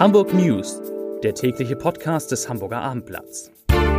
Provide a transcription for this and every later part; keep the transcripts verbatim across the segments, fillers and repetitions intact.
Hamburg News, der tägliche Podcast des Hamburger Abendblatts.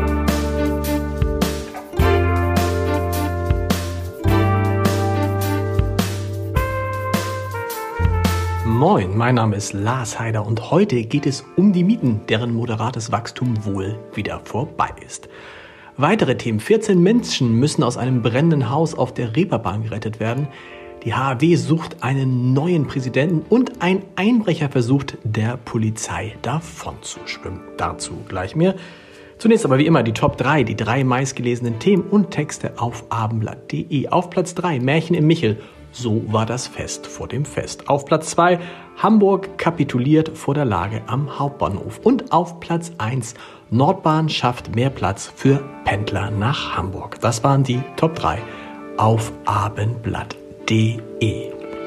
Moin, mein Name ist Lars Heider und heute geht es um die Mieten, deren moderates Wachstum wohl wieder vorbei ist. Weitere Themen. vierzehn Menschen müssen aus einem brennenden Haus auf der Reeperbahn gerettet werden. Die H A W sucht einen neuen Präsidenten und ein Einbrecher versucht, der Polizei davonzuschwimmen. Dazu gleich mehr. Zunächst aber wie immer die Top drei, die drei meistgelesenen Themen und Texte auf abendblatt punkt de. Auf Platz drei Märchen im Michel. So war das Fest vor dem Fest. Auf Platz zwei Hamburg kapituliert vor der Lage am Hauptbahnhof. Und auf Platz eins Nordbahn schafft mehr Platz für Pendler nach Hamburg. Das waren die Top drei auf abendblatt punkt de.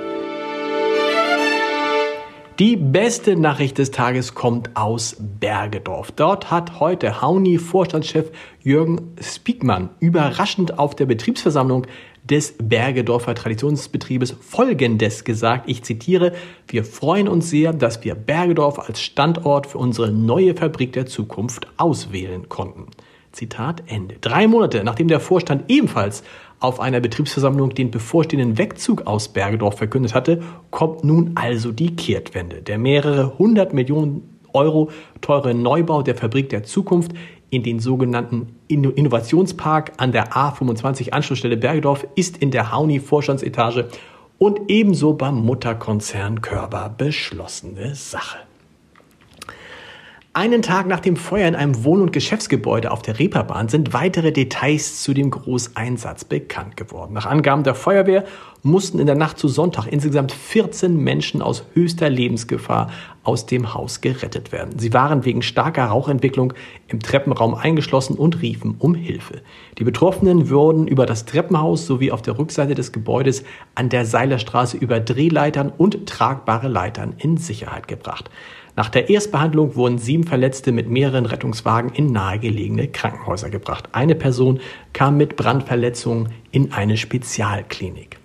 Die beste Nachricht des Tages kommt aus Bergedorf. Dort hat heute Hauni-Vorstandschef Jürgen Spiegmann überraschend auf der Betriebsversammlung des Bergedorfer Traditionsbetriebes Folgendes gesagt, ich zitiere: Wir freuen uns sehr, dass wir Bergedorf als Standort für unsere neue Fabrik der Zukunft auswählen konnten. Zitat Ende. Drei Monate nachdem der Vorstand ebenfalls auf einer Betriebsversammlung den bevorstehenden Wegzug aus Bergedorf verkündet hatte, kommt nun also die Kehrtwende. Der mehrere hundert Millionen Euro teure Neubau der Fabrik der Zukunft in den sogenannten Innovationspark an der A fünfundzwanzig Anschlussstelle Bergedorf ist in der Hauni-Vorstandsetage und ebenso beim Mutterkonzern Körber beschlossene Sache. Einen Tag nach dem Feuer in einem Wohn- und Geschäftsgebäude auf der Reeperbahn sind weitere Details zu dem Großeinsatz bekannt geworden. Nach Angaben der Feuerwehr mussten in der Nacht zu Sonntag insgesamt vierzehn Menschen aus höchster Lebensgefahr aus dem Haus gerettet werden. Sie waren wegen starker Rauchentwicklung im Treppenraum eingeschlossen und riefen um Hilfe. Die Betroffenen wurden über das Treppenhaus sowie auf der Rückseite des Gebäudes an der Seilerstraße über Drehleitern und tragbare Leitern in Sicherheit gebracht. Nach der Erstbehandlung wurden sieben Verletzte mit mehreren Rettungswagen in nahegelegene Krankenhäuser gebracht. Eine Person kam mit Brandverletzungen in eine Spezialklinik.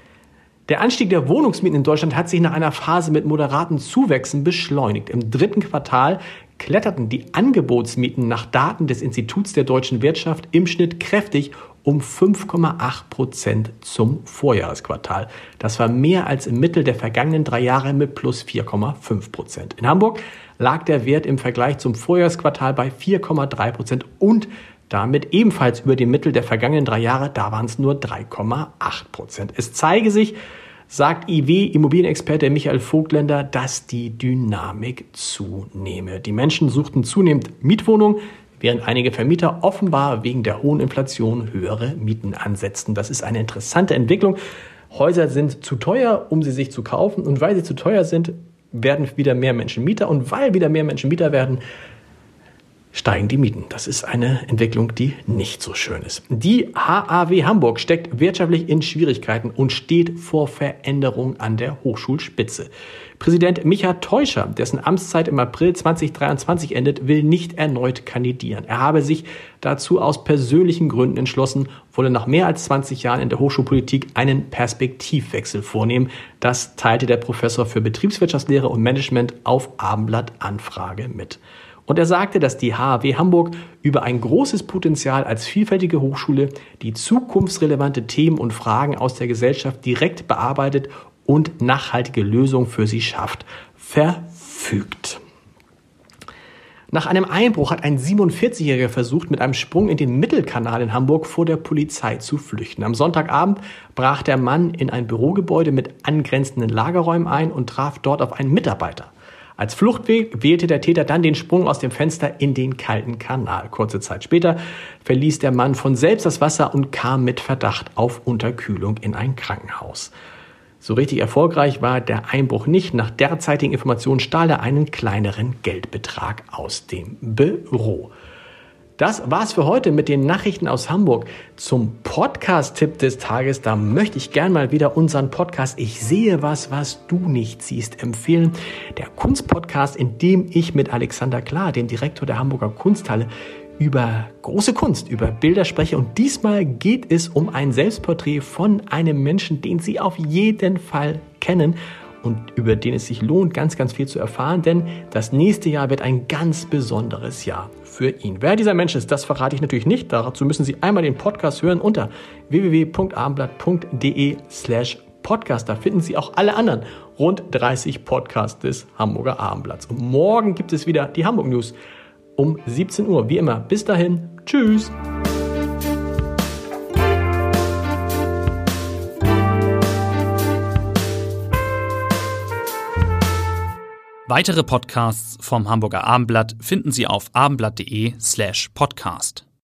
Der Anstieg der Wohnungsmieten in Deutschland hat sich nach einer Phase mit moderaten Zuwächsen beschleunigt. Im dritten Quartal kletterten die Angebotsmieten nach Daten des Instituts der deutschen Wirtschaft im Schnitt kräftig um fünf Komma acht Prozent zum Vorjahresquartal. Das war mehr als im Mittel der vergangenen drei Jahre mit plus vier Komma fünf Prozent. In Hamburg lag der Wert im Vergleich zum Vorjahresquartal bei vier Komma drei Prozent und damit ebenfalls über dem Mittel der vergangenen drei Jahre, da waren es nur drei Komma acht Prozent. Es zeige sich, sagt I W-Immobilienexperte Michael Vogtländer, dass die Dynamik zunehme. Die Menschen suchten zunehmend Mietwohnungen, während einige Vermieter offenbar wegen der hohen Inflation höhere Mieten ansetzten. Das ist eine interessante Entwicklung. Häuser sind zu teuer, um sie sich zu kaufen. Und weil sie zu teuer sind, werden wieder mehr Menschen Mieter. Und weil wieder mehr Menschen Mieter werden, steigen die Mieten. Das ist eine Entwicklung, die nicht so schön ist. Die H A W Hamburg steckt wirtschaftlich in Schwierigkeiten und steht vor Veränderung an der Hochschulspitze. Präsident Micha Teuscher, dessen Amtszeit im April zweitausenddreiundzwanzig endet, will nicht erneut kandidieren. Er habe sich dazu aus persönlichen Gründen entschlossen, wolle nach mehr als zwanzig Jahren in der Hochschulpolitik einen Perspektivwechsel vornehmen. Das teilte der Professor für Betriebswirtschaftslehre und Management auf Abendblatt Anfrage mit. Und er sagte, dass die H A W Hamburg über ein großes Potenzial als vielfältige Hochschule die zukunftsrelevante Themen und Fragen aus der Gesellschaft direkt bearbeitet und nachhaltige Lösungen für sie schafft, verfügt. Nach einem Einbruch hat ein siebenundvierzigjähriger versucht, mit einem Sprung in den Mittelkanal in Hamburg vor der Polizei zu flüchten. Am Sonntagabend brach der Mann in ein Bürogebäude mit angrenzenden Lagerräumen ein und traf dort auf einen Mitarbeiter. Als Fluchtweg wählte der Täter dann den Sprung aus dem Fenster in den kalten Kanal. Kurze Zeit später verließ der Mann von selbst das Wasser und kam mit Verdacht auf Unterkühlung in ein Krankenhaus. So richtig erfolgreich war der Einbruch nicht. Nach derzeitigen Informationen stahl er einen kleineren Geldbetrag aus dem Büro. Das war's für heute mit den Nachrichten aus Hamburg. Zum Podcast-Tipp des Tages, da möchte ich gern mal wieder unseren Podcast Ich sehe was, was du nicht siehst, empfehlen. Der Kunstpodcast, in dem ich mit Alexander Klar, dem Direktor der Hamburger Kunsthalle, über große Kunst, über Bilder spreche. Und diesmal geht es um ein Selbstporträt von einem Menschen, den Sie auf jeden Fall kennen. und über den es sich lohnt, ganz, ganz viel zu erfahren, denn das nächste Jahr wird ein ganz besonderes Jahr für ihn. Wer dieser Mensch ist, das verrate ich natürlich nicht. Dazu müssen Sie einmal den Podcast hören unter w w w punkt abendblatt punkt d e slash podcast. Da finden Sie auch alle anderen rund dreißig Podcasts des Hamburger Abendblatts. Und morgen gibt es wieder die Hamburg News um siebzehn Uhr. Wie immer, bis dahin, tschüss! Weitere Podcasts vom Hamburger Abendblatt finden Sie auf abendblatt punkt de slash podcast.